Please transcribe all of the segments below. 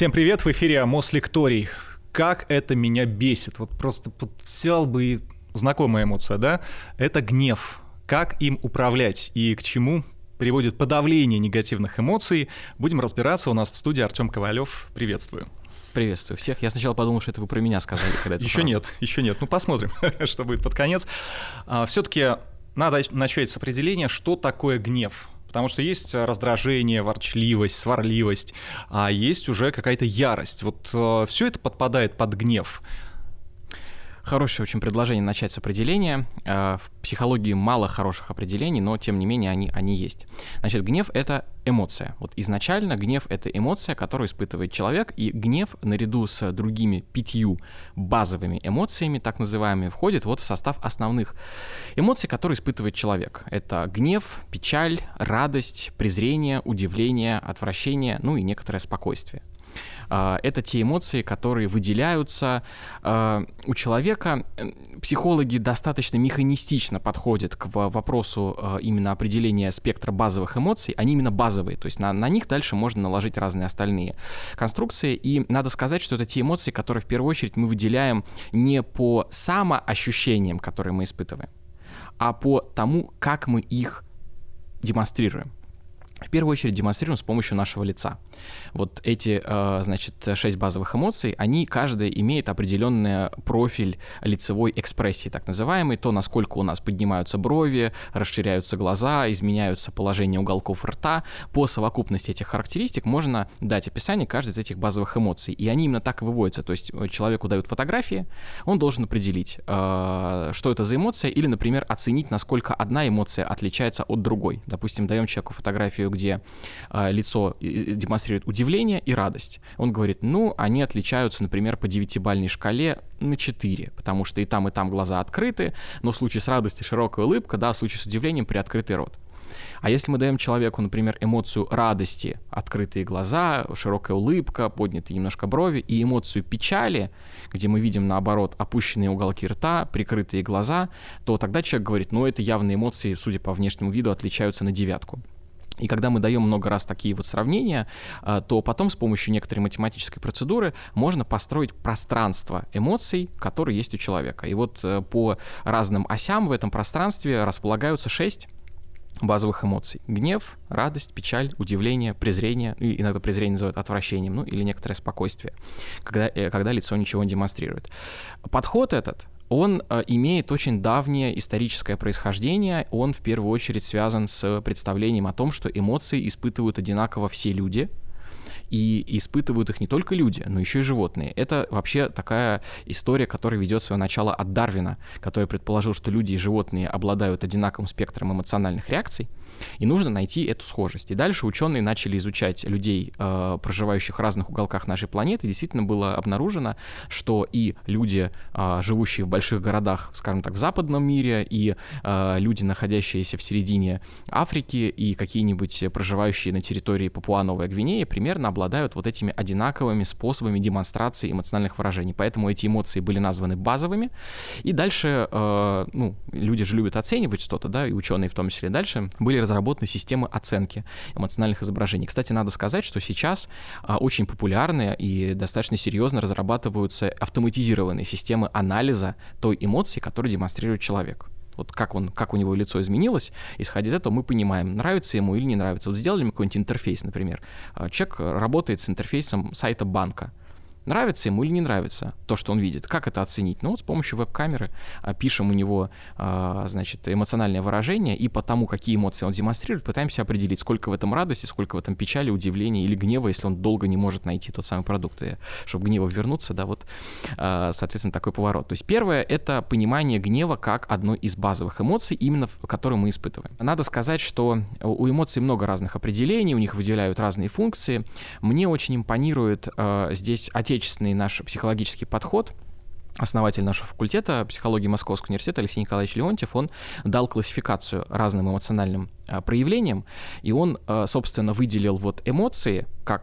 Всем привет, в эфире Мослекторий. Как это меня бесит, вот просто взял бы и знакомая эмоция, да? Это гнев. Как им управлять и к чему приводит подавление негативных эмоций, будем разбираться. У нас в студии Артём Ковалев. Приветствую. Приветствую всех. Я сначала подумал, что это вы про меня сказали. Еще нет. Ну, посмотрим, что будет под конец. Все-таки надо начать с определения, что такое гнев. Потому что есть раздражение, ворчливость, сварливость, а есть уже какая-то ярость. Вот все это подпадает под гнев. Хорошее очень предложение начать с определения. В психологии мало хороших определений, но тем не менее они есть. Значит, гнев — это эмоция. Вот изначально гнев — это эмоция, которую испытывает человек, и гнев наряду с другими 5 базовыми эмоциями, так называемыми, входит вот в состав основных эмоций, которые испытывает человек. Это гнев, печаль, радость, презрение, удивление, отвращение, ну и некоторое спокойствие. Это те эмоции, которые выделяются у человека. Психологи достаточно механистично подходят к вопросу именно определения спектра базовых эмоций. Они именно базовые, то есть на них дальше можно наложить разные остальные конструкции. И надо сказать, что это те эмоции, которые в первую очередь мы выделяем не по самоощущениям, которые мы испытываем, а по тому, как мы их демонстрируем. В первую очередь демонстрируем с помощью нашего лица. Вот эти, 6 базовых эмоций, они, каждая имеет определенный профиль лицевой экспрессии, так называемый, то, насколько у нас поднимаются брови, расширяются глаза, изменяются положение уголков рта. По совокупности этих характеристик можно дать описание каждой из этих базовых эмоций, и они именно так и выводятся. То есть человеку дают фотографии, он должен определить, что это за эмоция, или, например, оценить, насколько одна эмоция отличается от другой. Допустим, даем человеку фотографию, где лицо демонстрирует удивление и радость. Он говорит, они отличаются, например, по 9-бальной шкале на 4, потому что и там глаза открыты, но в случае с радостью широкая улыбка, в случае с удивлением приоткрытый рот. А если мы даем человеку, например, эмоцию радости, открытые глаза, широкая улыбка, поднятые немножко брови, и эмоцию печали, где мы видим, наоборот, опущенные уголки рта, прикрытые глаза, то тогда человек говорит, это явные эмоции, судя по внешнему виду, отличаются на 9. И когда мы даем много раз такие вот сравнения, то потом с помощью некоторой математической процедуры можно построить пространство эмоций, которые есть у человека. И вот по разным осям в этом пространстве располагаются 6 базовых эмоций. Гнев, радость, печаль, удивление, презрение, иногда презрение называют отвращением, или некоторое спокойствие, когда лицо ничего не демонстрирует. Подход этот, он имеет очень давнее историческое происхождение, он в первую очередь связан с представлением о том, что эмоции испытывают одинаково все люди, и испытывают их не только люди, но еще и животные. Это вообще такая история, которая ведет свое начало от Дарвина, который предположил, что люди и животные обладают одинаковым спектром эмоциональных реакций, и нужно найти эту схожесть. И дальше ученые начали изучать людей, проживающих в разных уголках нашей планеты, и действительно было обнаружено, что и люди, живущие в больших городах, скажем так, в западном мире, и люди, находящиеся в середине Африки, и какие-нибудь проживающие на территории Папуа-Новая Гвинея, примерно обладают вот этими одинаковыми способами демонстрации эмоциональных выражений. Поэтому эти эмоции были названы базовыми. И дальше, люди же любят оценивать что-то, и ученые в том числе. Дальше были разработаны системы оценки эмоциональных изображений. Кстати, надо сказать, что сейчас очень популярны и достаточно серьезно разрабатываются автоматизированные системы анализа той эмоции, которую демонстрирует человек. Вот как у него лицо изменилось, исходя из этого мы понимаем, нравится ему или не нравится. Вот сделали мы какой-нибудь интерфейс, например. Человек работает с интерфейсом сайта банка. Нравится ему или не нравится то, что он видит? Как это оценить? С помощью веб-камеры пишем у него, эмоциональное выражение, и по тому, какие эмоции он демонстрирует, пытаемся определить, сколько в этом радости, сколько в этом печали, удивления или гнева, если он долго не может найти тот самый продукт. И чтобы гнева вернуться, соответственно, такой поворот. То есть первое — это понимание гнева как одной из базовых эмоций, именно которую мы испытываем. Надо сказать, что у эмоций много разных определений, у них выделяют разные функции. Мне очень импонирует здесь отечественный наш психологический подход. Основатель нашего факультета психологии Московского университета Алексей Николаевич Леонтьев, он дал классификацию разным эмоциональным проявлениям, и он, собственно, выделил эмоции как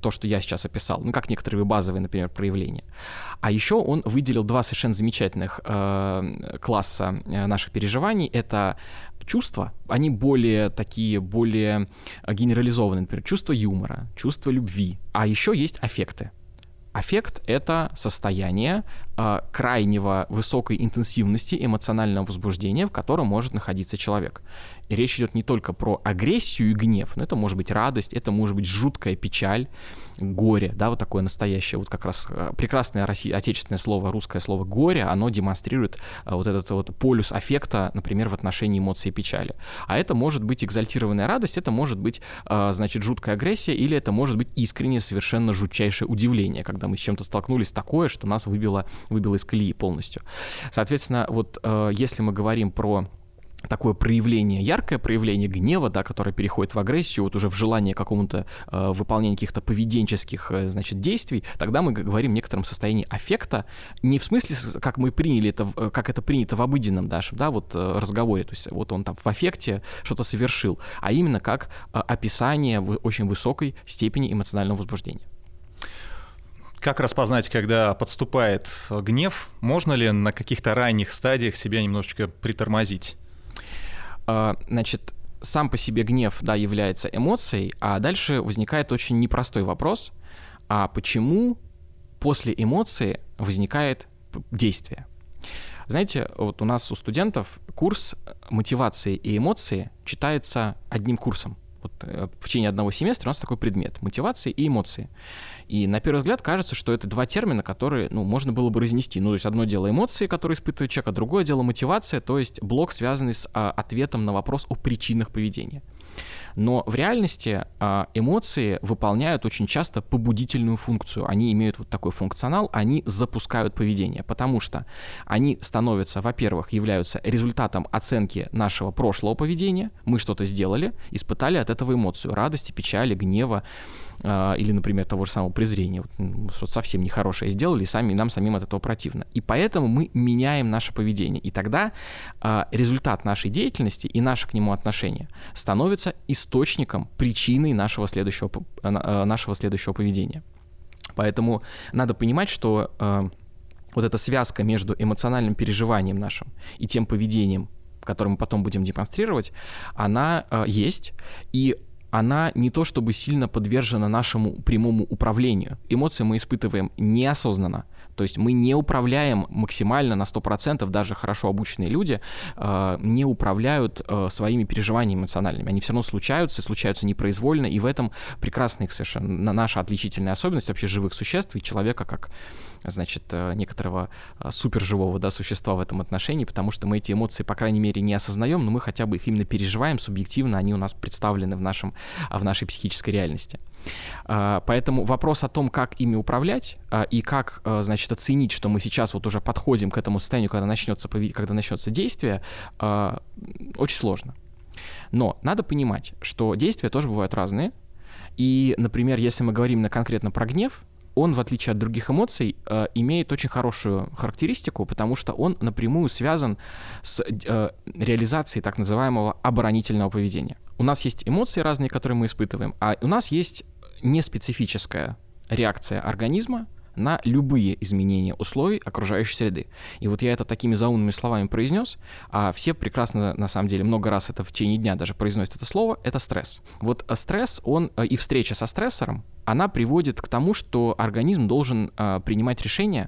то, что я сейчас описал, ну, как некоторые базовые, например, проявления. А еще он выделил два совершенно замечательных класса наших переживаний. Это чувства, они более генерализованные, например, чувство юмора, чувство любви. А еще есть аффекты. Аффект — это состояние крайнего высокой интенсивности эмоционального возбуждения, в котором может находиться человек. И речь идет не только про агрессию и гнев, но это может быть радость, это может быть жуткая печаль, горе, да, вот такое настоящее, вот как раз прекрасное отечественное слово, русское слово «горе», оно демонстрирует вот этот вот полюс аффекта, например, в отношении эмоций и печали. А это может быть экзальтированная радость, это может быть, значит, жуткая агрессия, или это может быть искреннее, совершенно жутчайшее удивление, когда мы с чем-то столкнулись такое, что нас выбило из колеи полностью. Соответственно, вот если мы говорим про такое проявление, яркое проявление гнева, да, которое переходит в агрессию, вот уже в желание какому-то выполнения каких-то поведенческих, значит, действий, тогда мы говорим о некотором состоянии аффекта, не в смысле, как мы приняли это, как это принято в обыденном даже, да, вот разговоре, то есть вот он там в аффекте что-то совершил, а именно как описание очень высокой степени эмоционального возбуждения. Как распознать, когда подступает гнев? Можно ли на каких-то ранних стадиях себя немножечко притормозить? Значит, сам по себе гнев, да, является эмоцией, а дальше возникает очень непростой вопрос, а почему после эмоции возникает действие? Знаете, вот у нас у студентов курс мотивации и эмоции читается одним курсом. Вот в течение одного семестра у нас такой предмет — мотивации и эмоции. И на первый взгляд кажется, что это два термина, которые, ну, можно было бы разнести. Ну, то есть одно дело эмоции, которые испытывает человек, а другое дело мотивация, то есть блок, связанный с ответом на вопрос о причинах поведения. Но в реальности эмоции выполняют очень часто побудительную функцию. Они имеют вот такой функционал, они запускают поведение, потому что они становятся, во-первых, являются результатом оценки нашего прошлого поведения. Мы что-то сделали, испытали от этого эмоцию радости, печали, гнева или, например, того же самого презрения. Что-то совсем нехорошее сделали, и нам самим от этого противно. И поэтому мы меняем наше поведение. И тогда результат нашей деятельности и наше к нему отношение становится источником, причиной нашего следующего поведения. Поэтому надо понимать, что вот эта связка между эмоциональным переживанием нашим и тем поведением, которое мы потом будем демонстрировать, она есть, и она не то чтобы сильно подвержена нашему прямому управлению. Эмоции мы испытываем неосознанно. То есть мы не управляем максимально на 100%, даже хорошо обученные люди не управляют своими переживаниями эмоциональными. Они все равно случаются непроизвольно, и в этом прекрасная совершенно наша отличительная особенность вообще живых существ и человека как, значит, некоторого суперживого, да, существа в этом отношении, потому что мы эти эмоции, по крайней мере, не осознаем, но мы хотя бы их именно переживаем субъективно, они у нас представлены в нашей психической реальности. Поэтому вопрос о том, как ими управлять и как, значит, оценить, что мы сейчас вот уже подходим к этому состоянию, когда начнется действие, очень сложно. Но надо понимать, что действия тоже бывают разные. И, например, если мы говорим конкретно про гнев, он, в отличие от других эмоций, имеет очень хорошую характеристику, потому что он напрямую связан с реализацией так называемого оборонительного поведения. У нас есть эмоции разные, которые мы испытываем, а у нас есть неспецифическая реакция организма на любые изменения условий окружающей среды. И вот я это такими заумными словами произнес, а все прекрасно, на самом деле, много раз это в течение дня даже произносят это слово, это стресс. Вот стресс, он и встреча со стрессором, она приводит к тому, что организм должен принимать решение,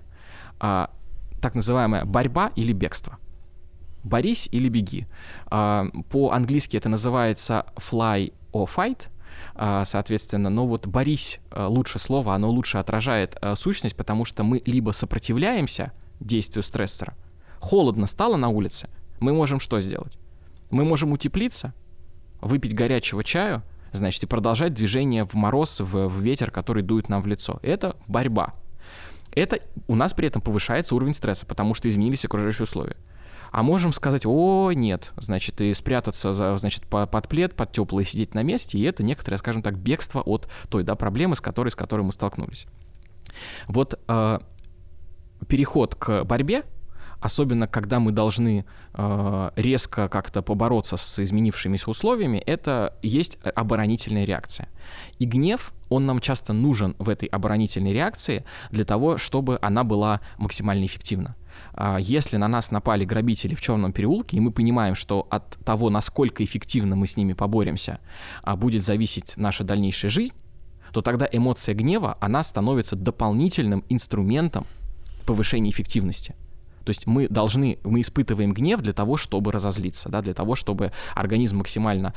так называемая борьба или бегство. Борись или беги. По-английски это называется fly or fight, соответственно, но вот «борись» лучше слово, оно лучше отражает сущность, потому что мы либо сопротивляемся действию стрессора, холодно стало на улице, мы можем что сделать? Мы можем утеплиться, выпить горячего чаю, значит, и продолжать движение в мороз, в ветер, который дует нам в лицо. Это борьба. Это у нас при этом повышается уровень стресса, потому что изменились окружающие условия. А можем сказать: о, нет, значит, и спрятаться, значит, под плед, под теплое, сидеть на месте, и это некоторое, скажем так, бегство от той, да, проблемы, с которой мы столкнулись. Вот переход к борьбе, особенно когда мы должны резко как-то побороться с изменившимися условиями, это есть оборонительная реакция. И гнев, он нам часто нужен в этой оборонительной реакции для того, чтобы она была максимально эффективна. Если на нас напали грабители в Черном переулке, и мы понимаем, что от того, насколько эффективно мы с ними поборемся, будет зависеть наша дальнейшая жизнь, то тогда эмоция гнева, она становится дополнительным инструментом повышения эффективности. То есть мы испытываем гнев для того, чтобы разозлиться, да, для того, чтобы организм максимально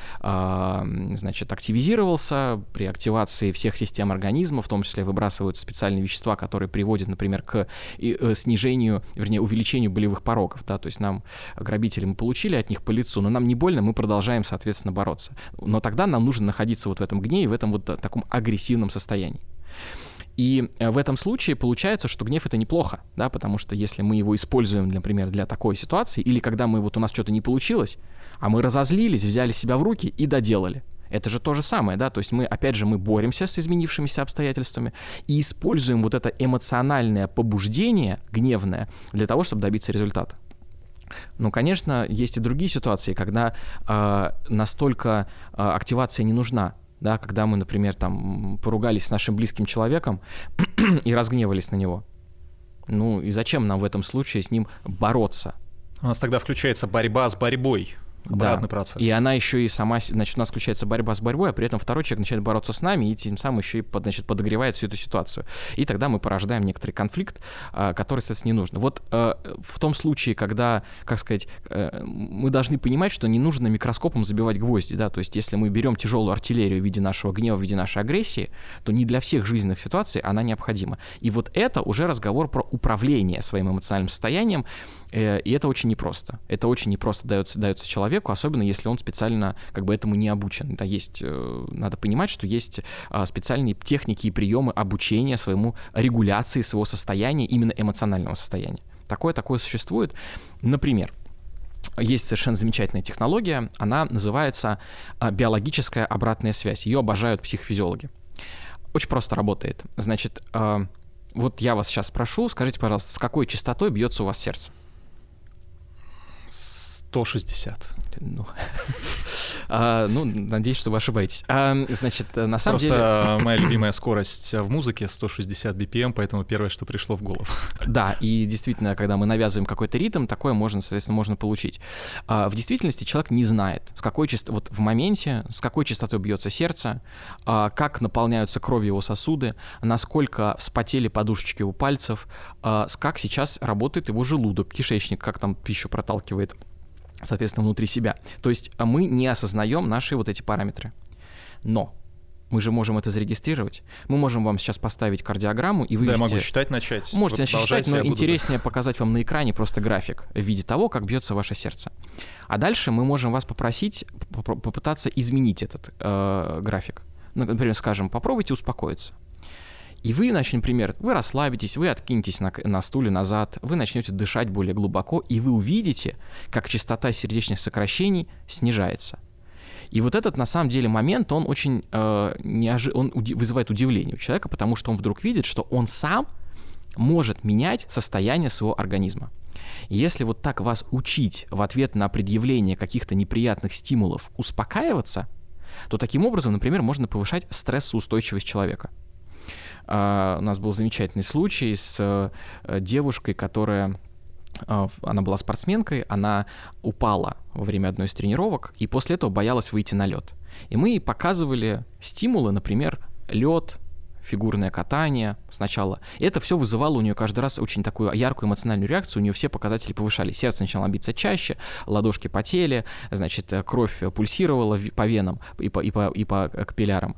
активизировался. При активации всех систем организма, в том числе выбрасываются специальные вещества, которые приводят, например, к увеличению болевых пороков. Да, то есть грабители, мы получили от них по лицу, но нам не больно, мы продолжаем, соответственно, бороться. Но тогда нам нужно находиться вот в этом гневе, в этом вот таком агрессивном состоянии. И в этом случае получается, что гнев — это неплохо, да, потому что если мы его используем, например, для такой ситуации, или когда у нас что-то не получилось, а мы разозлились, взяли себя в руки и доделали. Это же то же самое, да, то есть мы боремся с изменившимися обстоятельствами и используем вот это эмоциональное побуждение, гневное, для того, чтобы добиться результата. Но, конечно, есть и другие ситуации, когда настолько активация не нужна. Да, когда мы, например, поругались с нашим близким человеком и разгневались на него. Ну и зачем нам в этом случае с ним бороться? У нас тогда включается борьба с борьбой. Обратный процесс. И она еще и сама, значит, у нас включается борьба с борьбой, а при этом второй человек начинает бороться с нами и тем самым еще и подогревает всю эту ситуацию. И тогда мы порождаем некоторый конфликт, который, соответственно, не нужен. Вот в том случае, когда, мы должны понимать, что не нужно микроскопом забивать гвозди, да, то есть если мы берем тяжелую артиллерию в виде нашего гнева, в виде нашей агрессии, то не для всех жизненных ситуаций она необходима. И вот это уже разговор про управление своим эмоциональным состоянием, и это очень непросто. Это очень непросто дается человеку, особенно если он специально этому не обучен. Да, надо понимать, что есть специальные техники и приемы обучения регуляции своего состояния, именно эмоционального состояния. Такое существует. Например, есть совершенно замечательная технология, она называется биологическая обратная связь. Ее обожают психофизиологи. Очень просто работает. Значит, вот я вас сейчас спрошу, скажите, пожалуйста, с какой частотой бьется у вас сердце? 160. Надеюсь, что вы ошибаетесь. Значит, на самом деле... Просто моя любимая скорость в музыке 160 BPM, поэтому первое, что пришло в голову. Да, и действительно, когда мы навязываем какой-то ритм, такое можно получить. В действительности человек не знает, с какой частотой бьется сердце, как наполняются кровью его сосуды, насколько вспотели подушечки у пальцев, как сейчас работает его желудок, кишечник, как там пищу проталкивает, соответственно, внутри себя. То есть мы не осознаем наши вот эти параметры. Но мы же можем это зарегистрировать. Мы можем вам сейчас поставить кардиограмму и вывести... Да, я могу считать, начать. Можете начать считать, но интереснее показать вам на экране просто график в виде того, как бьется ваше сердце. А дальше мы можем вас попросить попытаться изменить этот график. Например, скажем, попробуйте успокоиться. И вы, например, вы расслабитесь, вы откинетесь на стуле назад, вы начнете дышать более глубоко, и вы увидите, как частота сердечных сокращений снижается. И вот этот, на самом деле, момент, он очень вызывает удивление у человека, потому что он вдруг видит, что он сам может менять состояние своего организма. И если вот так вас учить в ответ на предъявление каких-то неприятных стимулов успокаиваться, то таким образом, например, можно повышать стрессоустойчивость человека. У нас был замечательный случай с девушкой, она была спортсменкой, она упала во время одной из тренировок и после этого боялась выйти на лед. И мы ей показывали стимулы, например, лед, фигурное катание сначала. И это все вызывало у нее каждый раз очень такую яркую эмоциональную реакцию, у нее все показатели повышались. Сердце начало биться чаще, ладошки потели, значит, кровь пульсировала по венам и по капиллярам.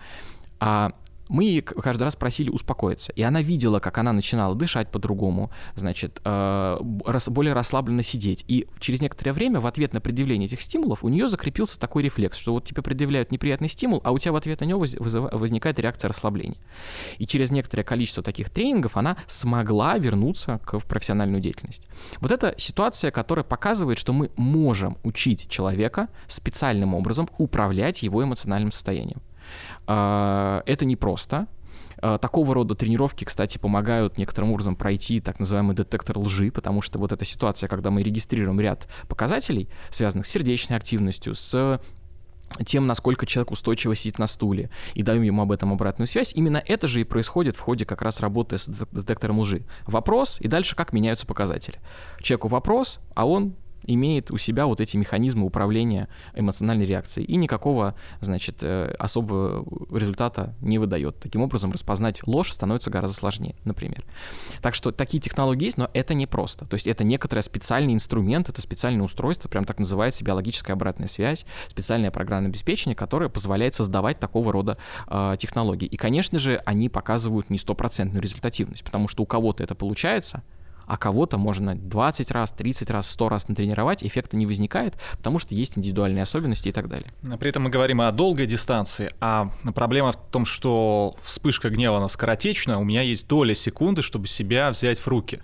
Мы ее каждый раз просили успокоиться, и она видела, как она начинала дышать по-другому, значит, более расслабленно сидеть. И через некоторое время в ответ на предъявление этих стимулов у нее закрепился такой рефлекс, что вот тебе предъявляют неприятный стимул, а у тебя в ответ на него возникает реакция расслабления. И через некоторое количество таких тренингов она смогла вернуться в профессиональную деятельность. Вот это ситуация, которая показывает, что мы можем учить человека специальным образом управлять его эмоциональным состоянием. Это непросто. Такого рода тренировки, кстати, помогают некоторым образом пройти так называемый детектор лжи, потому что вот эта ситуация, когда мы регистрируем ряд показателей, связанных с сердечной активностью, с тем, насколько человек устойчиво сидит на стуле, и даем ему об этом обратную связь, именно это же и происходит в ходе как раз работы с детектором лжи. Вопрос, и дальше как меняются показатели. Человеку вопрос, а он имеет у себя вот эти механизмы управления эмоциональной реакцией и никакого, значит, особого результата не выдает. Таким образом, распознать ложь становится гораздо сложнее, например. Так что такие технологии есть, но это не просто. То есть это некоторый специальный инструмент, это специальное устройство, прям так называется биологическая обратная связь, специальное программное обеспечение, которое позволяет создавать такого рода технологии. И, конечно же, они показывают не стопроцентную результативность, потому что у кого-то это получается, а кого-то можно 20 раз, 30 раз, 100 раз натренировать, эффекта не возникает, потому что есть индивидуальные особенности и так далее. При этом мы говорим о долгой дистанции, а проблема в том, что вспышка гнева, она скоротечна, у меня есть доля секунды, чтобы себя взять в руки.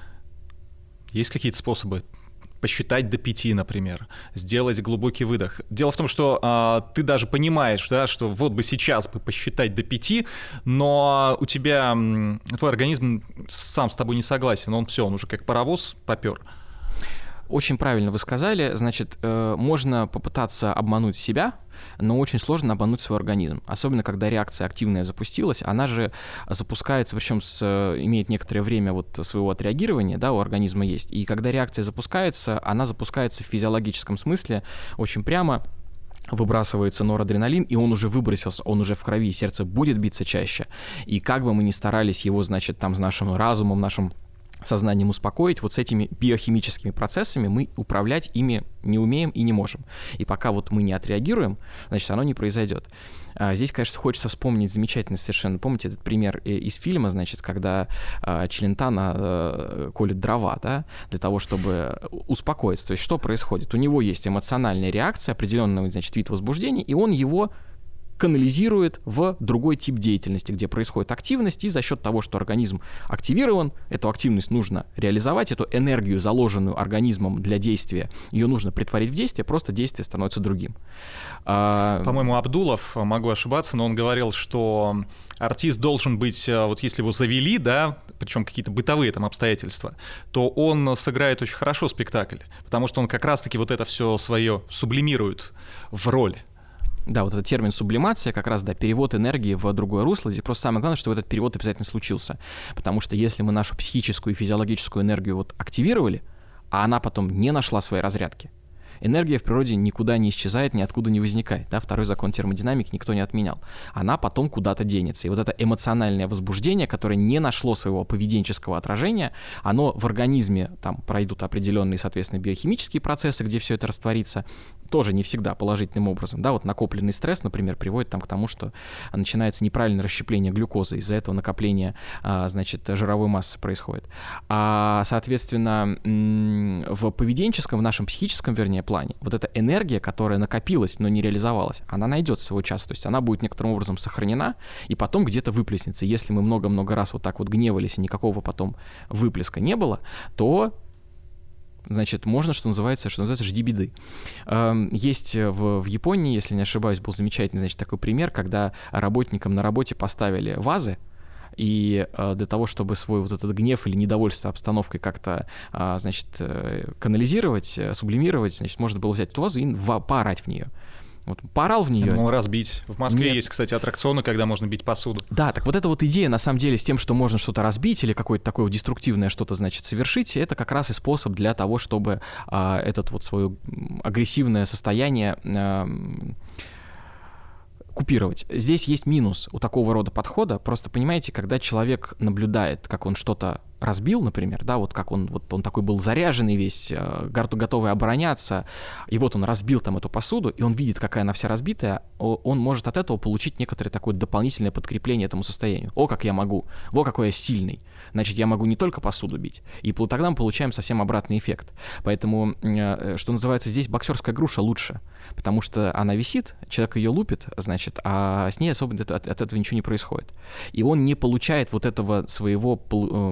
Есть какие-то способы? Посчитать до 5, например, сделать глубокий выдох. Дело в том, что ты даже понимаешь, да, что вот бы сейчас бы посчитать до 5, но у тебя твой организм сам с тобой не согласен, он уже как паровоз попер. Очень правильно вы сказали. Значит, можно попытаться обмануть себя, но очень сложно обмануть свой организм. Особенно, когда реакция активная запустилась, она же запускается, причем имеет некоторое время вот своего отреагирования, да, у организма есть. И когда реакция запускается, она запускается в физиологическом смысле очень прямо, выбрасывается норадреналин, и он уже выбросился, он уже в крови, сердце будет биться чаще. И как бы мы ни старались его, значит, там с нашим разумом, нашим сознанием успокоить, вот с этими биохимическими процессами мы управлять ими не умеем и не можем. И пока вот мы не отреагируем, значит, оно не произойдет. Здесь, конечно, хочется вспомнить замечательный совершенно, помните этот пример из фильма, значит, когда Челентано колет дрова, да, для того, чтобы успокоиться. То есть что происходит? У него есть эмоциональная реакция, определенный, значит, вид возбуждения, и он его канализирует в другой тип деятельности, где происходит активность, и за счет того, что организм активирован, эту активность нужно реализовать, эту энергию, заложенную организмом для действия, ее нужно претворить в действие, просто действие становится другим. По-моему, Абдулов, могу ошибаться, но он говорил, что артист должен быть, вот если его завели, да, причем какие-то бытовые там обстоятельства, то он сыграет очень хорошо спектакль, потому что он как раз-таки вот это все свое сублимирует в роль. Да, вот этот термин сублимация, как раз, да, перевод энергии в другое русло. Здесь просто самое главное, чтобы этот перевод обязательно случился. Потому что если мы нашу психическую и физиологическую энергию вот активировали, а она потом не нашла своей разрядки, энергия в природе никуда не исчезает, ниоткуда не возникает. Да? Второй закон термодинамики никто не отменял. Она потом куда-то денется. И вот это эмоциональное возбуждение, которое не нашло своего поведенческого отражения, оно в организме, там пройдут определенные, соответственно, биохимические процессы, где все это растворится, тоже не всегда положительным образом. Да? Вот накопленный стресс, например, приводит там к тому, что начинается неправильное расщепление глюкозы. Из-за этого накопление, значит, жировой массы происходит. Соответственно, в поведенческом, в нашем психическом, вернее, плане, вот эта энергия, которая накопилась, но не реализовалась, она найдет свой час, то есть она будет некоторым образом сохранена и потом где-то выплеснется. Если мы много-много раз вот так вот гневались и никакого потом выплеска не было, то, значит, можно, что называется, жди беды. Есть в Японии, если не ошибаюсь, был замечательный, значит, такой пример, когда работникам на работе поставили вазы, и для того, чтобы свой вот этот гнев или недовольство обстановкой как-то, значит, канализировать, сублимировать, значит, можно было взять эту вазу и поорать в нее. Вот, поорал в нее. Ну, разбить. В Москве есть, кстати, аттракционы, когда можно бить посуду. Да, так вот эта вот идея, на самом деле, с тем, что можно что-то разбить или какое-то такое деструктивное что-то, значит, совершить, это как раз и способ для того, чтобы этот вот свое агрессивное состояние купировать. Здесь есть минус у такого рода подхода. Просто, понимаете, когда человек наблюдает, как он что-то разбил, например, да, вот как он такой был заряженный весь, готовый обороняться, и вот он разбил там эту посуду, и он видит, какая она вся разбитая, он может от этого получить некоторое такое дополнительное подкрепление этому состоянию. О, как я могу! Во, какой я сильный! Значит, я могу не только посуду бить. И тогда мы получаем совсем обратный эффект. Поэтому, что называется, здесь боксерская груша лучше, потому что она висит, человек ее лупит, значит, а с ней особо от этого ничего не происходит. И он не получает вот этого своего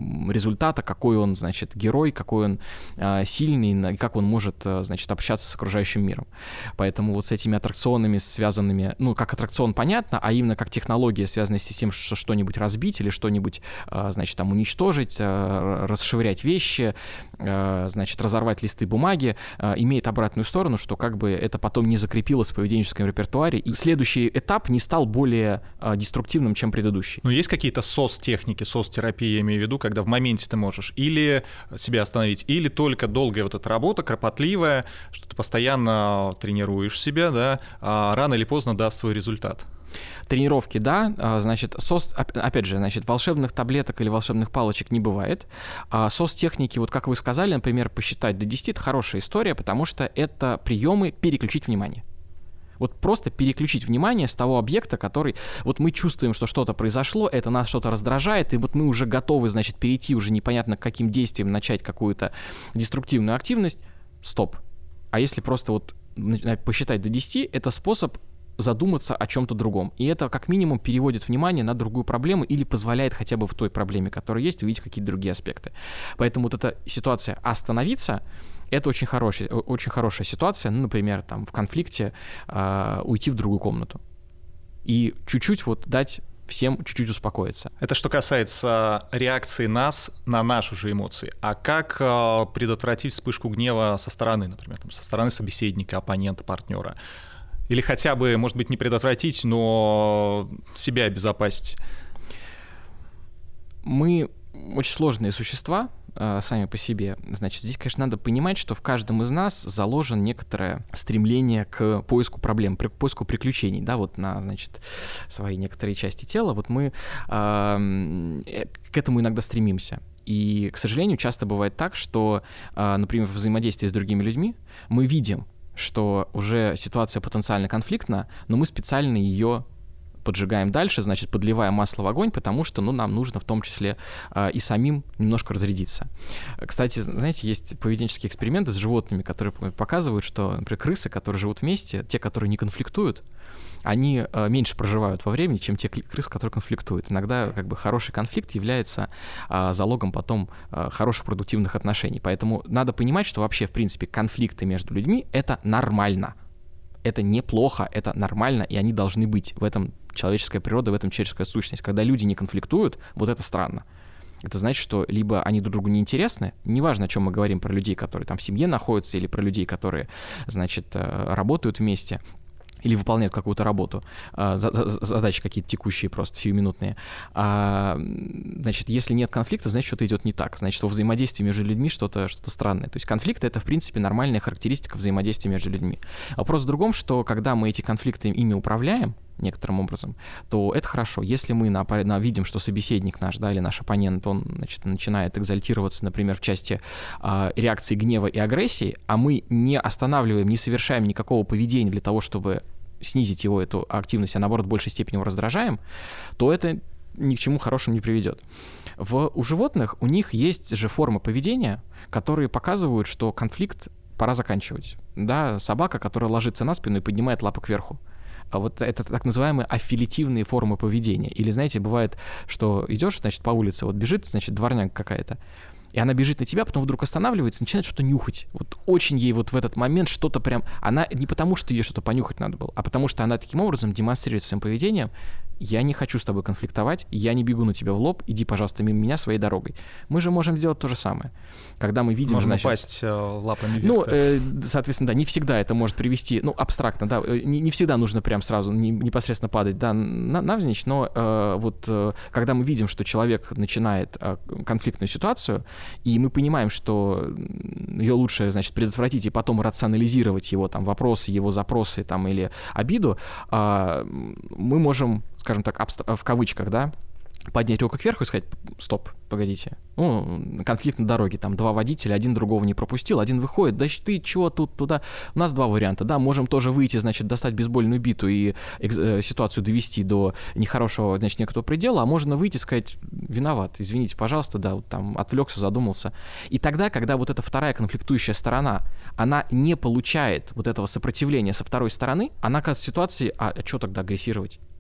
результата, какой он, значит, герой, какой он сильный, как он может, значит, общаться с окружающим миром. Поэтому вот с этими аттракционами связанными, ну, как аттракцион понятно, а именно как технология, связанная с тем, что что-нибудь разбить или что-нибудь, значит, там уничтожить, расшвырять вещи, значит, разорвать листы бумаги, имеет обратную сторону, что как бы это потом не закрепилось в поведенческом репертуаре, и следующий этап не стал более деструктивным, чем предыдущий. Но есть какие-то СОС-техники, СОС-терапии, я имею в виду, когда в моменте ты можешь или себя остановить, или только долгая вот эта работа, кропотливая, что ты постоянно тренируешь себя, да, а рано или поздно даст свой результат. Тренировки, да, значит, СОС, опять же, значит, волшебных таблеток или волшебных палочек не бывает. СОС-техники, вот как вы сказали, например, посчитать до 10 — это хорошая история, потому что это приемы переключить внимание. Вот просто переключить внимание с того объекта, который... Вот мы чувствуем, что что-то произошло, это нас что-то раздражает, и вот мы уже готовы, значит, перейти уже непонятно к каким действиям, начать какую-то деструктивную активность. Стоп. А если просто вот посчитать до 10, это способ задуматься о чем-то другом. И это как минимум переводит внимание на другую проблему или позволяет хотя бы в той проблеме, которая есть, увидеть какие-то другие аспекты. Поэтому вот эта ситуация «остановиться» — это очень хорошая ситуация, ну, например, там, в конфликте уйти в другую комнату и чуть-чуть вот дать всем чуть-чуть успокоиться. Это что касается реакции нас на наши же эмоции. А как предотвратить вспышку гнева со стороны, например, там, со стороны собеседника, оппонента, партнера? Или хотя бы, может быть, не предотвратить, но себя обезопасить? Мы очень сложные существа сами по себе. Значит, здесь, конечно, надо понимать, что в каждом из нас заложено некоторое стремление к поиску проблем, к поиску приключений, да, вот на, значит, свои некоторые части тела. Вот мы к этому иногда стремимся. И, к сожалению, часто бывает так, что, например, в взаимодействии с другими людьми мы видим, что уже ситуация потенциально конфликтна, но мы специально ее поджигаем дальше, значит, подливая масло в огонь, потому что, ну, нам нужно в том числе и самим немножко разрядиться. Кстати, знаете, есть поведенческие эксперименты с животными, которые показывают, что, например, крысы, которые живут вместе, те, которые не конфликтуют, они меньше проживают во времени, чем те крысы, которые конфликтуют. Иногда как бы хороший конфликт является залогом потом хороших продуктивных отношений. Поэтому надо понимать, что вообще, в принципе, конфликты между людьми — это нормально. Это неплохо, это нормально, и они должны быть. В этом человеческая природа, в этом человеческая сущность. Когда люди не конфликтуют, вот это странно. Это значит, что либо они друг другу не интересны, неважно, о чем мы говорим, про людей, которые там в семье находятся, или про людей, которые, значит, работают вместе, или выполняют какую-то работу, задачи какие-то текущие, просто сиюминутные. Значит, если нет конфликта, значит, что-то идет не так. Значит, во взаимодействии между людьми что-то странное. То есть конфликт — это, в принципе, нормальная характеристика взаимодействия между людьми. Вопрос в другом, что когда мы эти конфликты ими управляем некоторым образом, то это хорошо. Если мы видим, что собеседник наш, да, или наш оппонент, он, значит, начинает экзальтироваться, например, в части реакции гнева и агрессии, а мы не останавливаем, не совершаем никакого поведения для того, чтобы снизить его эту активность, а наоборот в большей степени его раздражаем, то это ни к чему хорошему не приведет. У животных у них есть же формы поведения, которые показывают, что конфликт пора заканчивать. Да, собака, которая ложится на спину и поднимает лапы кверху. А вот это так называемые аффилитивные формы поведения. Или, знаете, бывает, что идешь, значит, по улице, вот бежит, значит, дворняга какая-то, и она бежит на тебя, потом вдруг останавливается, начинает что-то нюхать. Вот очень ей вот в этот момент что-то прям... Она не потому, что ей что-то понюхать надо было, а потому что она таким образом демонстрирует своим поведением: я не хочу с тобой конфликтовать, я не бегу на тебя в лоб, иди, пожалуйста, мимо меня своей дорогой. Мы же можем сделать то же самое. Когда мы видим... Можно упасть лапами вверх. Ну, соответственно, да, не всегда это может привести... Ну, абстрактно, да, не всегда нужно прям сразу непосредственно падать, да, навзничь, но когда мы видим, что человек начинает конфликтную ситуацию, и мы понимаем, что ее лучше, значит, предотвратить и потом рационализировать его там вопросы, его запросы там или обиду, мы можем, скажем так, в кавычках, да, поднять руку кверху и сказать: стоп, погодите. Ну, конфликт на дороге, там два водителя, один другого не пропустил, один выходит: да ты чего тут, туда? У нас два варианта, да, можем тоже выйти, значит, достать бейсбольную биту и ситуацию довести до нехорошего, значит, некоторого предела, а можно выйти и сказать: виноват, извините, пожалуйста, да, вот там отвлекся, задумался. И тогда, когда вот эта вторая конфликтующая сторона, она не получает вот этого сопротивления со второй стороны, она оказывается в ситуации: а что тогда агрессировать?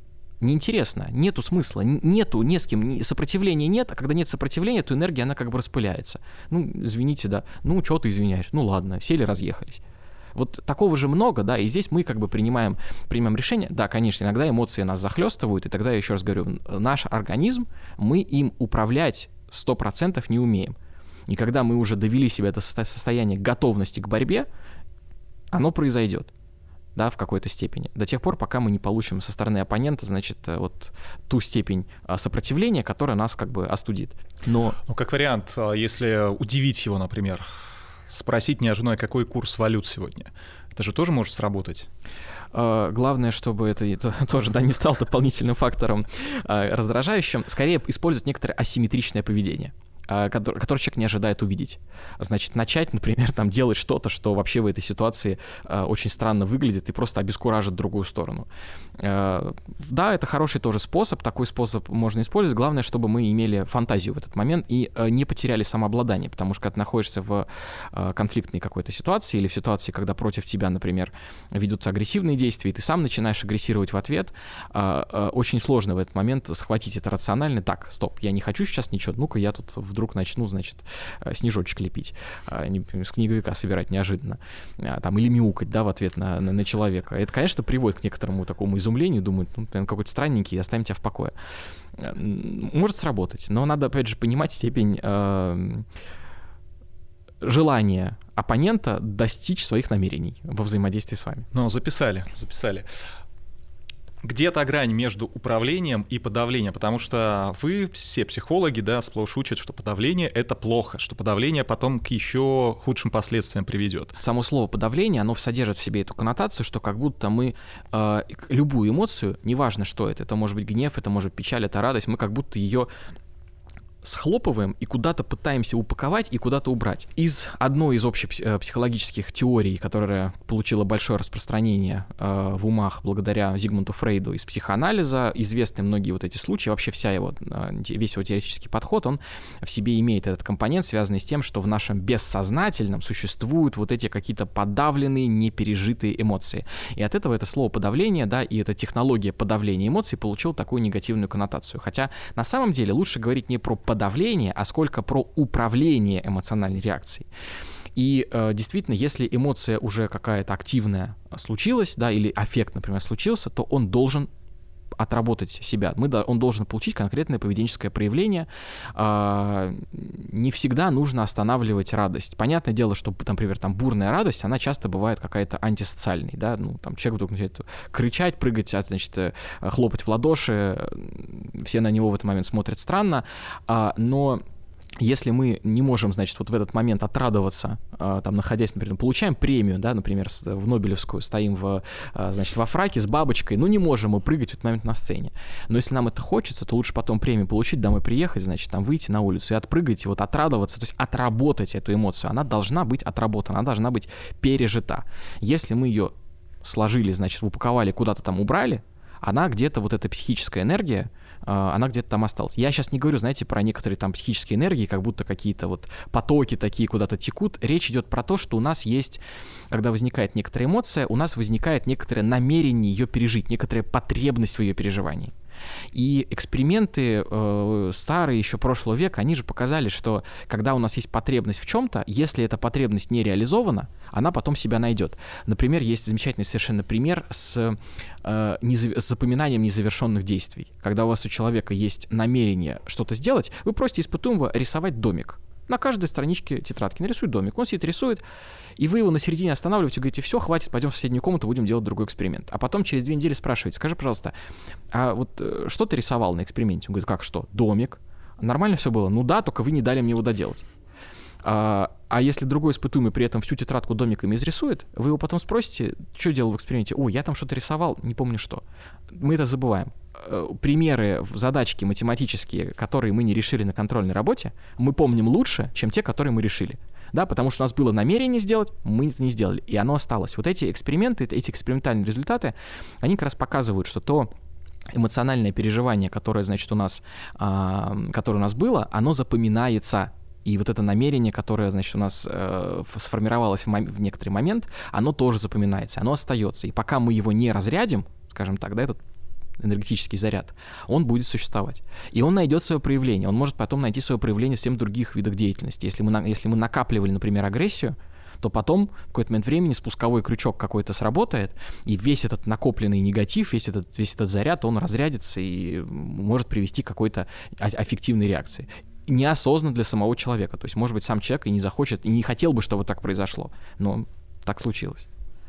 неинтересно, нету смысла, нету, не с кем, сопротивления нет, а когда нет сопротивления, то энергия, она как бы распыляется. Ну, извините, да, ну, что ты извиняешь, ну, ладно, сели, разъехались. Вот такого же много, да, и здесь мы как бы принимаем решение. Да, конечно, иногда эмоции нас захлестывают, и тогда я еще раз говорю, наш организм, мы им управлять 100% не умеем. И когда мы уже довели себя до состояния готовности к борьбе, оно произойдет, да, в какой-то степени. До тех пор, пока мы не получим со стороны оппонента, значит, вот ту степень сопротивления, которая нас как бы остудит. Но... Ну, как вариант, если удивить его, например, спросить неожиданно, какой курс валют сегодня. Это же тоже может сработать. Главное, чтобы это тоже, да, не стало дополнительным фактором раздражающим. Скорее, использовать некоторое асимметричное поведение, который человек не ожидает увидеть. Значит, начать, например, там, делать что-то, что вообще в этой ситуации очень странно выглядит и просто обескуражит другую сторону. Да, это хороший тоже способ, такой способ можно использовать. Главное, чтобы мы имели фантазию в этот момент и не потеряли самообладание, потому что когда ты находишься в конфликтной какой-то ситуации или в ситуации, когда против тебя, например, ведутся агрессивные действия, и ты сам начинаешь агрессировать в ответ, очень сложно в этот момент схватить это рационально. Так, стоп, я не хочу сейчас ничего, ну-ка я тут вдруг начну, значит, снежочек лепить, с снеговика собирать неожиданно, там, или мяукать, да, в ответ на человека. Это, конечно, приводит к некоторому такому изумлению, думают, ну, ты какой-то странненький, оставим тебя в покое. Может сработать, но надо, опять же, понимать степень желания оппонента достичь своих намерений во взаимодействии с вами. Ну, записали. Где-то грань между управлением и подавлением, потому что вы, все психологи, да, сплошь учат, что подавление — это плохо, что подавление потом к еще худшим последствиям приведет. Само слово «подавление», оно содержит в себе эту коннотацию, что как будто мы любую эмоцию, неважно, что это может быть гнев, это может быть печаль, это радость, мы как будто ее схлопываем и куда-то пытаемся упаковать и куда-то убрать. Из одной из общих психологических теорий, которая получила большое распространение в умах благодаря Зигмунду Фрейду из психоанализа, известны многие вот эти случаи, вообще весь его теоретический подход, он в себе имеет этот компонент, связанный с тем, что в нашем бессознательном существуют вот эти какие-то подавленные, непережитые эмоции. И от этого это слово «подавление», да, и эта технология подавления эмоций получила такую негативную коннотацию. Хотя на самом деле лучше говорить не про подавление, а сколько про управление эмоциональной реакцией. И действительно, если эмоция уже какая-то активная случилась, да, или аффект, например, случился, то он должен отработать себя. Он должен получить конкретное поведенческое проявление. Не всегда нужно останавливать радость. Понятное дело, что, например, там бурная радость, она часто бывает какая-то антисоциальной, да, ну, там человек вдруг начинает кричать, прыгать, значит, хлопать в ладоши, все на него в этот момент смотрят странно, но если мы не можем, значит, вот в этот момент отрадоваться, там, находясь, например, получаем премию, да, например, в Нобелевскую, стоим значит, во фраке с бабочкой, ну, не можем мы прыгать в этот момент на сцене. Но если нам это хочется, то лучше потом премию получить, домой приехать, значит, там, выйти на улицу и отпрыгать, и вот отрадоваться, то есть отработать эту эмоцию. Она должна быть отработана, она должна быть пережита. Если мы ее сложили, значит, упаковали, куда-то там убрали, она где-то, вот эта психическая энергия, она где-то там осталась. Я сейчас не говорю, знаете, про некоторые там психические энергии, как будто какие-то вот потоки такие куда-то текут. Речь идет про то, что у нас есть, когда возникает некоторая эмоция, у нас возникает некоторое намерение ее пережить, некоторая потребность в ее переживании. И эксперименты старые, еще прошлого века, они же показали, что когда у нас есть потребность в чем-то, если эта потребность не реализована, она потом себя найдет. Например, есть замечательный совершенно пример с запоминанием незавершенных действий. Когда у вас у человека есть намерение что-то сделать, вы просите испытуемого рисовать домик. На каждой страничке тетрадки нарисует домик. Он сидит, рисует, и вы его на середине останавливаете и говорите: все, хватит, пойдем в соседнюю комнату, будем делать другой эксперимент. А потом через 2 недели спрашиваете: скажи, пожалуйста, а вот что ты рисовал на эксперименте? Он говорит: как что? Домик. Нормально все было? Ну да, только вы не дали мне его доделать. А если другой испытуемый при этом всю тетрадку домиками изрисует, вы его потом спросите: что делал в эксперименте? Ой, я там что-то рисовал, не помню что. Мы это забываем. Примеры, задачки математические, которые мы не решили на контрольной работе, мы помним лучше, чем те, которые мы решили. Да, потому что у нас было намерение сделать, мы это не сделали, и оно осталось. Вот эти эксперименты, эти экспериментальные результаты, они как раз показывают, что то эмоциональное переживание, которое, значит, которое у нас было, оно запоминается. И вот это намерение, которое, значит, у нас сформировалось в некоторый момент, оно тоже запоминается, оно остается. И пока мы его не разрядим, скажем так, да, этот энергетический заряд, он будет существовать. И он найдет свое проявление. Он может потом найти свое проявление в всех других видах деятельности. Если мы накапливали, например, агрессию, то потом в какой-то момент времени спусковой крючок какой-то сработает, и весь этот накопленный негатив, весь этот заряд, он разрядится и может привести к какой-то аффективной реакции. Неосознанно для самого человека. То есть, может быть, сам человек и не захочет, и не хотел бы, чтобы так произошло, но так случилось.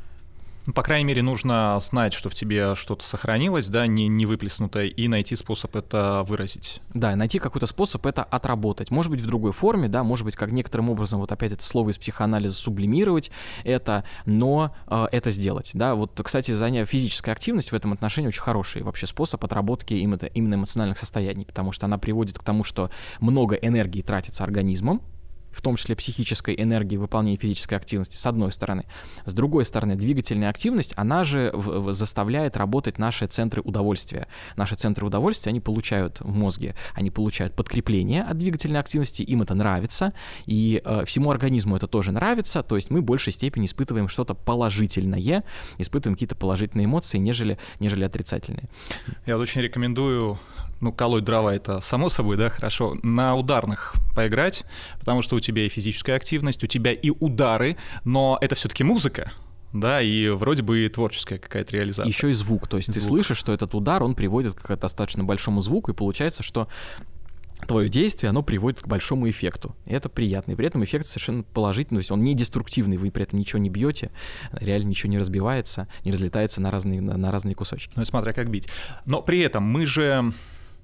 По крайней мере, нужно знать, что в тебе что-то сохранилось, да, не выплеснутое, и найти способ это выразить. Да, найти какой-то способ это отработать. Может быть, в другой форме, да, может быть, как некоторым образом, вот опять это слово из психоанализа, сублимировать это, но это сделать, да. Вот, кстати, физическая активность в этом отношении очень хороший вообще способ отработки именно эмоциональных состояний, потому что она приводит к тому, что много энергии тратится организмом, в том числе психической энергии выполнения физической активности, с одной стороны. С другой стороны, двигательная активность, она же заставляет работать наши центры удовольствия. Наши центры удовольствия, они получают в мозге, они получают подкрепление от двигательной активности, им это нравится, и всему организму это тоже нравится, то есть мы в большей степени испытываем что-то положительное, испытываем какие-то положительные эмоции, нежели отрицательные. Я очень рекомендую колоть дрова — это само собой, да, хорошо, на ударных поиграть, потому что у тебя и физическая активность, у тебя и удары, но это все-таки музыка, да, и вроде бы и творческая какая-то реализация. Еще и звук, то есть ты слышишь, что этот удар, он приводит к достаточно большому звуку, и получается, что твое действие, оно приводит к большому эффекту. И это приятно. И при этом эффект совершенно положительный, то есть он не деструктивный, вы при этом ничего не бьете, реально ничего не разбивается, не разлетается на разные кусочки. Ну, смотря как бить. Но при этом мы же...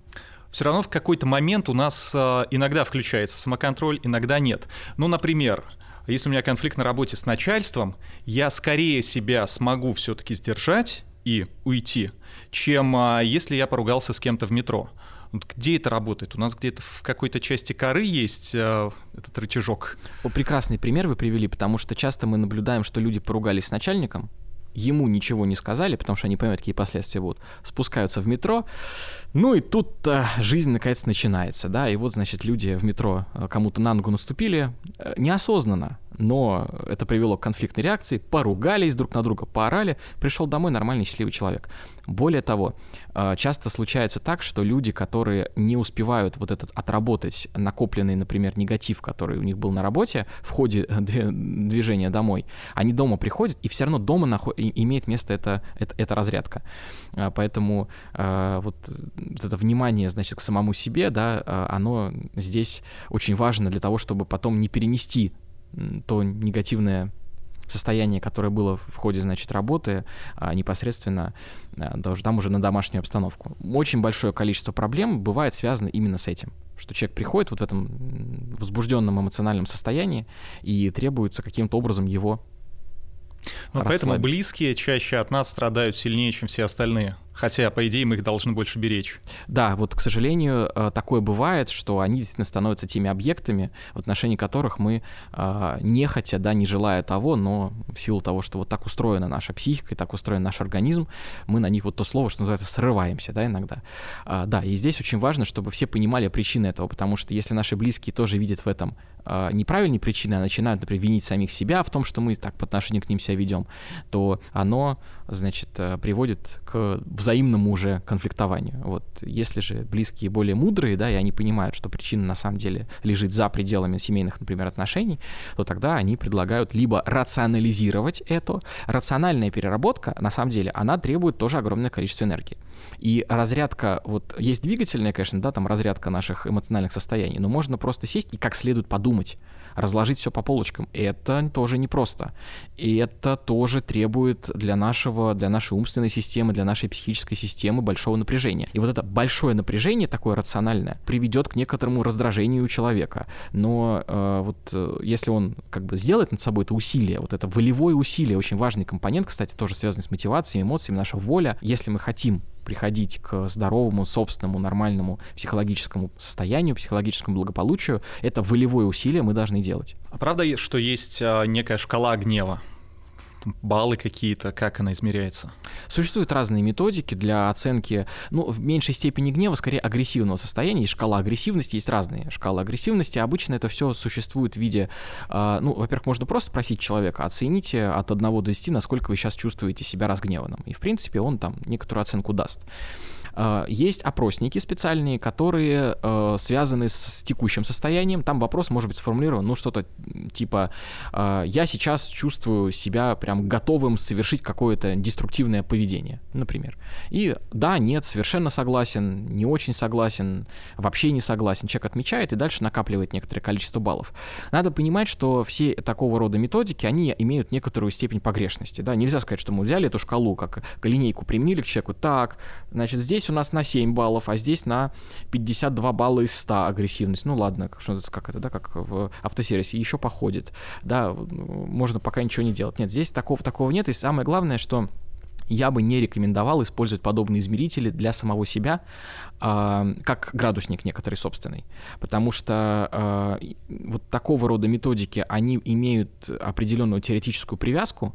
Все равно в какой-то момент у нас иногда включается самоконтроль, иногда нет. Ну, например, если у меня конфликт на работе с начальством, я скорее себя смогу все-таки сдержать и уйти, чем если я поругался с кем-то в метро. Вот где это работает? У нас где-то в какой-то части коры есть этот рычажок. Прекрасный пример вы привели, потому что часто мы наблюдаем, что люди поругались с начальником, ему ничего не сказали, потому что они понимают, какие последствия будут, спускаются в метро, ну и тут жизнь наконец начинается, да, и вот, значит, люди в метро кому-то на ногу наступили неосознанно, но это привело к конфликтной реакции, поругались друг на друга, поорали, пришел домой нормальный, счастливый человек. Более того, часто случается так, что люди, которые не успевают вот этот отработать накопленный, например, негатив, который у них был на работе в ходе движения домой, они дома приходят, и все равно дома имеет место эта разрядка. Поэтому вот это внимание, значит, к самому себе, да, оно здесь очень важно для того, чтобы потом не перенести то негативное состояние, которое было в ходе, значит, работы, непосредственно там уже на домашнюю обстановку. Очень большое количество проблем бывает связано именно с этим, что человек приходит вот в этом возбужденном эмоциональном состоянии и требуется каким-то образом его расслабить. Поэтому близкие чаще от нас страдают сильнее, чем все остальные. Хотя, по идее, мы их должны больше беречь. Да, вот, к сожалению, такое бывает, что они действительно становятся теми объектами, в отношении которых мы нехотя, да, не желая того, но в силу того, что вот так устроена наша психика и так устроен наш организм, мы на них вот то слово, что называется, срываемся, да, иногда. Да, и здесь очень важно, чтобы все понимали причины этого, потому что если наши близкие тоже видят в этом неправильные причины, а начинают, например, винить самих себя в том, что мы так по отношению к ним себя ведем, то оно, значит, приводит к взаимному уже конфликтованию. Вот если же близкие более мудрые, да, и они понимают, что причина на самом деле лежит за пределами семейных, например, отношений, то тогда они предлагают либо рационализировать это. Рациональная переработка, на самом деле, она требует тоже огромное количество энергии. И разрядка, вот есть двигательная, конечно, да, там разрядка наших эмоциональных состояний, но можно просто сесть и как следует подумать, разложить все по полочкам. Это тоже непросто. И это тоже требует для нашей умственной системы, для нашей психической системы большого напряжения. И вот это большое напряжение, такое рациональное, приведет к некоторому раздражению у человека. Но если он как бы сделает над собой это усилие, вот это волевое усилие, очень важный компонент, кстати, тоже связанный с мотивацией, эмоциями, наша воля, если мы хотим приходить к здоровому, собственному, нормальному психологическому состоянию, психологическому благополучию, это волевое усилие мы должны делать. А правда, что есть некая шкала гнева? баллы какие-то, как она измеряется? Существуют разные методики для оценки, в меньшей степени гнева, скорее агрессивного состояния. Есть шкала агрессивности, есть разные шкалы агрессивности. Обычно это все существует в виде, во-первых, можно просто спросить человека, оцените от 1 до 10, насколько вы сейчас чувствуете себя разгневанным. И, в принципе, он там некоторую оценку даст. Есть опросники специальные, которые связаны с текущим состоянием. Там вопрос может быть сформулирован, что-то типа «я сейчас чувствую себя прям готовым совершить какое-то деструктивное поведение», например. И да, нет, совершенно согласен, не очень согласен, вообще не согласен. Человек отмечает и дальше накапливает некоторое количество баллов. Надо понимать, что все такого рода методики, они имеют некоторую степень погрешности. Да? Нельзя сказать, что мы взяли эту шкалу, как линейку применили к человеку, так, значит, здесь у нас на 7 баллов, а здесь на 52 балла из 100 агрессивность. Ладно, как в автосервисе, еще походит. Да, можно пока ничего не делать. Нет, здесь такого нет. И самое главное, что я бы не рекомендовал использовать подобные измерители для самого себя, как градусник некоторый собственный. Потому что вот такого рода методики, они имеют определенную теоретическую привязку,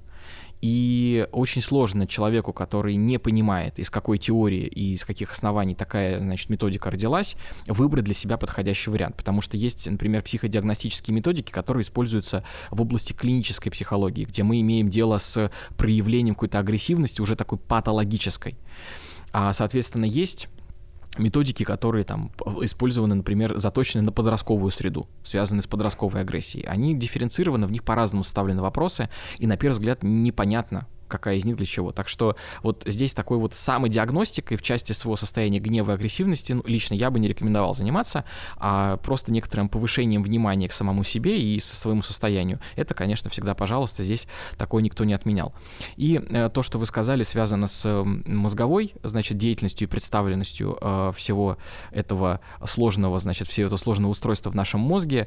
и очень сложно человеку, который не понимает, из какой теории и из каких оснований такая, методика родилась, выбрать для себя подходящий вариант. Потому что есть, например, психодиагностические методики, которые используются в области клинической психологии, где мы имеем дело с проявлением какой-то агрессивности, уже такой патологической. Соответственно, есть методики, которые там использованы, например, заточены на подростковую среду, связаны с подростковой агрессией. Они дифференцированы, в них по-разному составлены вопросы, и на первый взгляд непонятно, какая из них для чего. Так что вот здесь такой вот самодиагностикой в части своего состояния гнева и агрессивности лично я бы не рекомендовал заниматься, а просто некоторым повышением внимания к самому себе и со своему состоянию. Это, конечно, всегда, пожалуйста, здесь такое никто не отменял. И то, что вы сказали, связано с мозговой, деятельностью и представленностью всего этого сложного, всего этого сложного устройства в нашем мозге.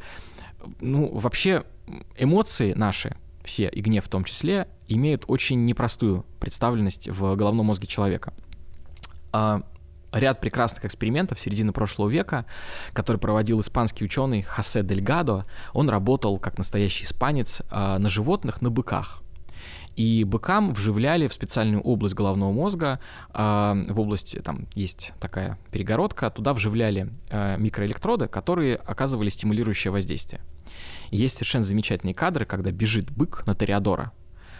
Вообще эмоции наши, все, и гнев в том числе, имеют очень непростую представленность в головном мозге человека. Ряд прекрасных экспериментов середины прошлого века, который проводил испанский ученый Хосе Дельгадо, он работал, как настоящий испанец, на животных, на быках. И быкам вживляли в специальную область головного мозга, в области, там есть такая перегородка, туда вживляли микроэлектроды, которые оказывали стимулирующее воздействие. Есть совершенно замечательные кадры, когда бежит бык на тореадора,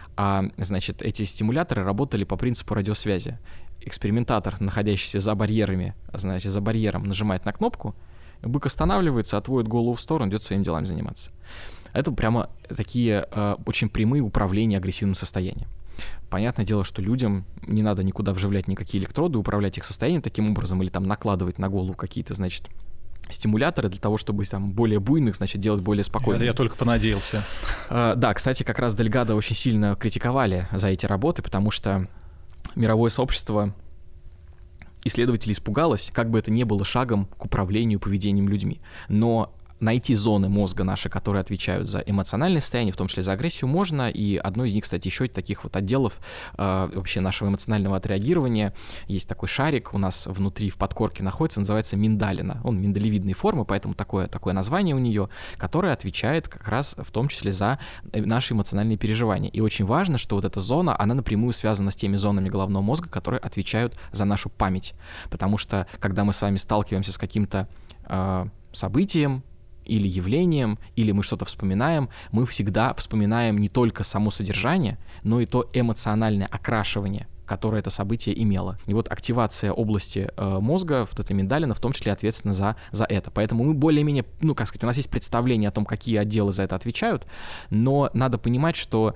эти стимуляторы работали по принципу радиосвязи. Экспериментатор, находящийся за барьерами, за барьером, нажимает на кнопку, бык останавливается, отводит голову в сторону, идет своими делами заниматься. Это прямо такие очень прямые управления агрессивным состоянием. Понятное дело, что людям не надо никуда вживлять никакие электроды, управлять их состоянием таким образом или там накладывать на голову какие-то, стимуляторы для того, чтобы более буйных, делать более спокойно. Я только понадеялся. Да, кстати, как раз Дельгадо очень сильно критиковали за эти работы, потому что мировое сообщество исследователей испугалось, как бы это ни было шагом к управлению поведением людьми. Но найти зоны мозга наши, которые отвечают за эмоциональное состояние, в том числе за агрессию, можно, и одно из них, кстати, еще таких вот отделов вообще нашего эмоционального отреагирования. Есть такой шарик у нас внутри, в подкорке находится, называется миндалина. Он миндалевидной формы, поэтому такое название у нее, которое отвечает как раз в том числе за наши эмоциональные переживания. И очень важно, что вот эта зона, она напрямую связана с теми зонами головного мозга, которые отвечают за нашу память. Потому что, когда мы с вами сталкиваемся с каким-то событием, или явлением, или мы что-то вспоминаем, мы всегда вспоминаем не только само содержание, но и то эмоциональное окрашивание, которое это событие имело. И вот активация области мозга, вот эта миндалина, в том числе ответственна за это. Поэтому мы более-менее, у нас есть представление о том, какие отделы за это отвечают, но надо понимать, что,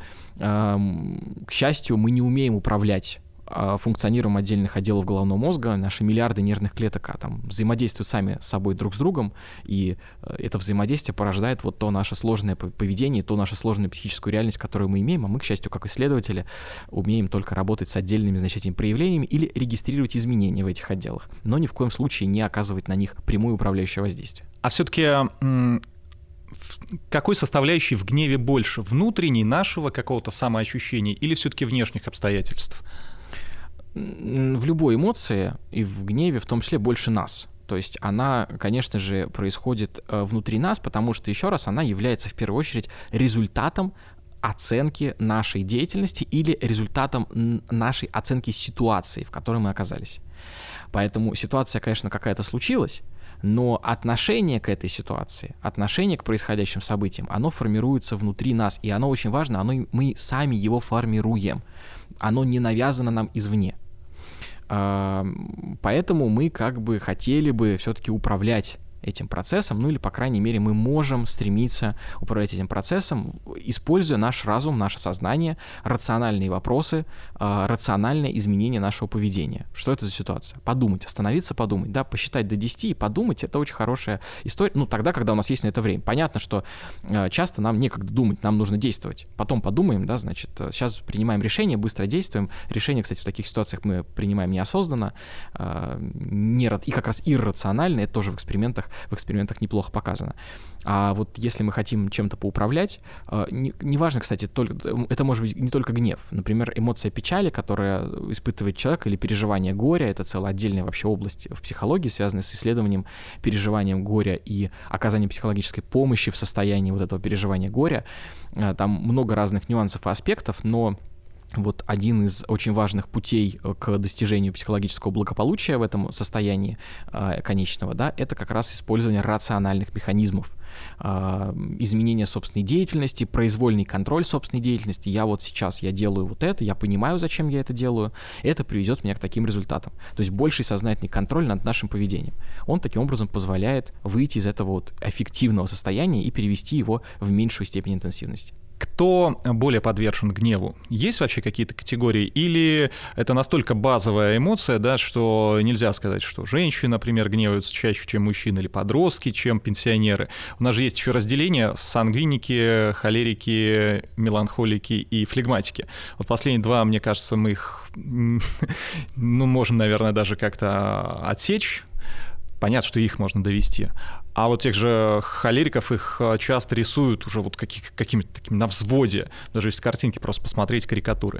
к счастью, мы не умеем управлять функционированием отдельных отделов головного мозга. Наши миллиарды нервных клеток взаимодействуют сами с собой друг с другом, и это взаимодействие порождает вот то наше сложное поведение, то нашу сложную психическую реальность, которую мы имеем, а мы, к счастью, как исследователи, умеем только работать с отдельными проявлениями или регистрировать изменения в этих отделах, но ни в коем случае не оказывать на них прямое управляющее воздействие. А все-таки какой составляющей в гневе больше? Внутренней, нашего какого-то самоощущения или все-таки внешних обстоятельств? В любой эмоции и в гневе в том числе больше нас. То есть она, конечно же, происходит внутри нас, потому что, еще раз, она является в первую очередь результатом оценки нашей деятельности или результатом нашей оценки ситуации, в которой мы оказались. Поэтому ситуация, конечно, какая-то случилась, но отношение к этой ситуации, отношение к происходящим событиям, оно формируется внутри нас, и оно очень важно, мы сами его формируем, оно не навязано нам извне. Поэтому мы как бы хотели бы все-таки управлять этим процессом, ну или, по крайней мере, мы можем стремиться управлять этим процессом, используя наш разум, наше сознание, рациональные вопросы, рациональное изменение нашего поведения. Что это за ситуация? Подумать, остановиться, подумать, да, посчитать до 10 и подумать — это очень хорошая история, ну, тогда, когда у нас есть на это время. Понятно, что часто нам некогда думать, нам нужно действовать. Потом подумаем, да, значит, сейчас принимаем решение, быстро действуем. Решение, кстати, в таких ситуациях мы принимаем неосознанно, и как раз иррационально, это тоже в экспериментах неплохо показано. А вот если мы хотим чем-то поуправлять, неважно, кстати, это может быть не только гнев. Например, эмоция печали, которая испытывает человек, или переживание горя, это целая отдельная вообще область в психологии, связанная с исследованием переживанием горя и оказанием психологической помощи в состоянии вот этого переживания горя. Там много разных нюансов и аспектов, но вот один из очень важных путей к достижению психологического благополучия в этом состоянии конечного, да, это как раз использование рациональных механизмов, изменение собственной деятельности, произвольный контроль собственной деятельности. Я делаю вот это, я понимаю, зачем я это делаю, это приведет меня к таким результатам. То есть больший сознательный контроль над нашим поведением. Он таким образом позволяет выйти из этого вот аффективного состояния и перевести его в меньшую степень интенсивности. Кто более подвержен гневу? Есть вообще какие-то категории? Или это настолько базовая эмоция, да, что нельзя сказать, что женщины, например, гневаются чаще, чем мужчины, или подростки, чем пенсионеры? У нас же есть еще разделение: сангвиники, холерики, меланхолики и флегматики. Вот последние два, мне кажется, мы их можем, наверное, даже как-то отсечь. Понятно, что их можно довести. А вот тех же холериков, их часто рисуют уже вот какими-то такими на взводе. Даже если картинки просто посмотреть, карикатуры.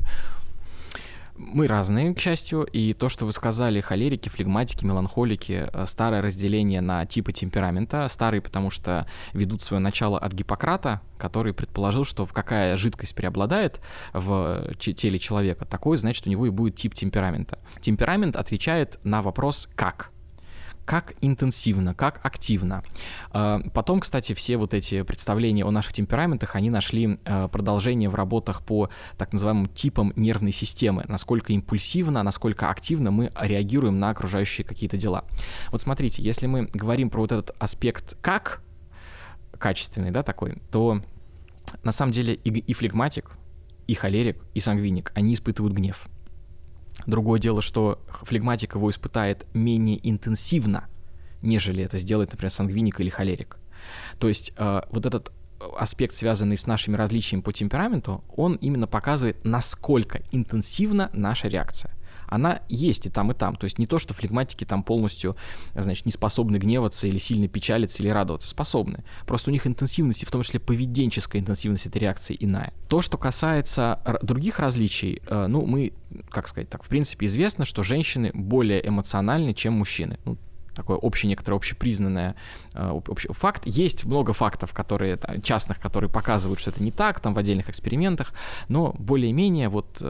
Мы разные, к счастью, и то, что вы сказали, холерики, флегматики, меланхолики, старое разделение на типы темперамента. Старые, потому что ведут свое начало от Гиппократа, который предположил, что какая жидкость преобладает в теле человека, такой, значит, у него и будет тип темперамента. Темперамент отвечает на вопрос «как?». Как интенсивно, как активно. Потом, кстати, все вот эти представления о наших темпераментах, они нашли продолжение в работах по так называемым типам нервной системы. Насколько импульсивно, насколько активно мы реагируем на окружающие какие-то дела. Вот смотрите, если мы говорим про вот этот аспект «как», качественный, да, такой, то на самом деле и флегматик, и холерик, и сангвиник, они испытывают гнев. Другое дело, что флегматик его испытает менее интенсивно, нежели это сделает, например, сангвиник или холерик. То есть вот этот аспект, связанный с нашими различиями по темпераменту, он именно показывает, насколько интенсивна наша реакция. Она есть и там, и там. То есть не то, что флегматики там полностью, значит, не способны гневаться или сильно печалиться или радоваться. Способны. Просто у них интенсивность, в том числе поведенческая интенсивность этой реакции иная. То, что касается других различий, мы, как сказать так, в принципе известно, что женщины более эмоциональны, чем мужчины. Такое некоторое общепризнанное факт. Есть много фактов, частных, которые показывают, что это не так, там в отдельных экспериментах, но более-менее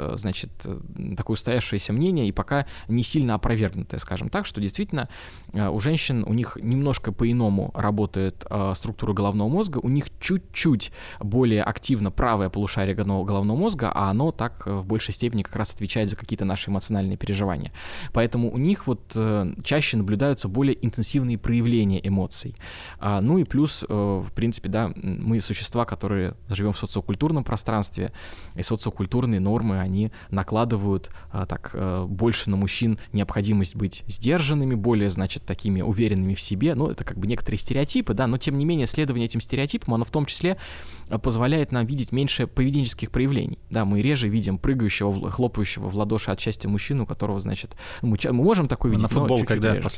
такое устоявшееся мнение и пока не сильно опровергнутое, скажем так, что действительно у женщин, у них немножко по-иному работает структура головного мозга, у них чуть-чуть более активно правое полушарие головного мозга, а оно так в большей степени как раз отвечает за какие-то наши эмоциональные переживания. Поэтому у них чаще наблюдаются более интенсивные проявления эмоций. И плюс, в принципе, да, мы существа, которые живем в социокультурном пространстве, и социокультурные нормы, они накладывают больше на мужчин необходимость быть сдержанными, более, такими уверенными в себе. Это как бы некоторые стереотипы, да, но тем не менее следование этим стереотипам, оно в том числе позволяет нам видеть меньше поведенческих проявлений. Да, мы реже видим прыгающего, хлопающего в ладоши от счастья мужчину, у которого, мы можем такой видеть, на футбол, но когда в последний раз ходил.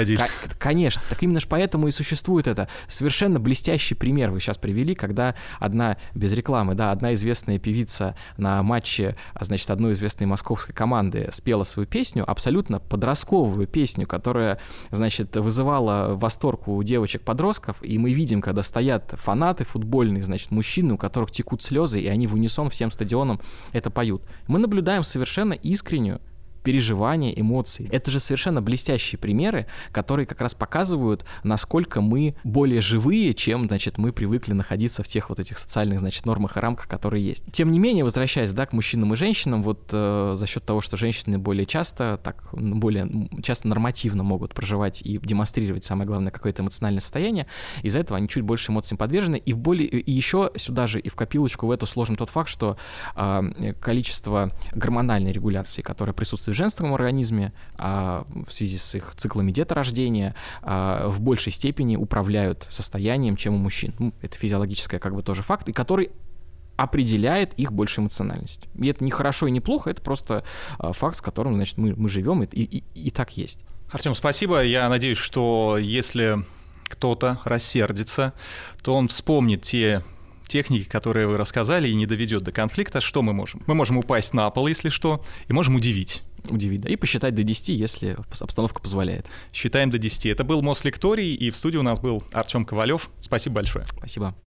происходили. Конечно, так именно же поэтому и существует это. Совершенно блестящий пример вы сейчас привели, когда одна, без рекламы, да, одна известная певица на матче, значит, одной известной московской команды спела свою песню, абсолютно подростковую песню, которая, значит, вызывала восторг у девочек-подростков, и мы видим, когда стоят фанаты футбольные, значит, мужчины, у которых текут слезы, и они в унисон всем стадионам это поют. Мы наблюдаем совершенно искреннюю переживания, эмоций. Это же совершенно блестящие примеры, которые как раз показывают, насколько мы более живые, чем, значит, мы привыкли находиться в тех вот этих социальных, значит, нормах и рамках, которые есть. Тем не менее, возвращаясь, да, к мужчинам и женщинам, вот за счет того, что женщины более часто нормативно могут проживать и демонстрировать, самое главное, какое-то эмоциональное состояние, из-за этого они чуть больше эмоциям подвержены, и еще сюда же и в копилочку в эту сложим тот факт, что количество гормональной регуляции, которая присутствует в женском организме, в связи с их циклами деторождения, в большей степени управляют состоянием, чем у мужчин. Ну, это физиологический как бы тоже факт, и который определяет их большую эмоциональность. И это не хорошо и не плохо, это просто факт, с которым, значит, мы живем, и так есть. Артем, спасибо. Я надеюсь, что если кто-то рассердится, то он вспомнит те техники, которые вы рассказали, и не доведет до конфликта. Что мы можем? Мы можем упасть на пол, если что, и можем удивить, да, и посчитать до 10, если обстановка позволяет. Считаем до 10. Это был Мослекторий, и в студии у нас был Артем Ковалев. Спасибо большое. Спасибо.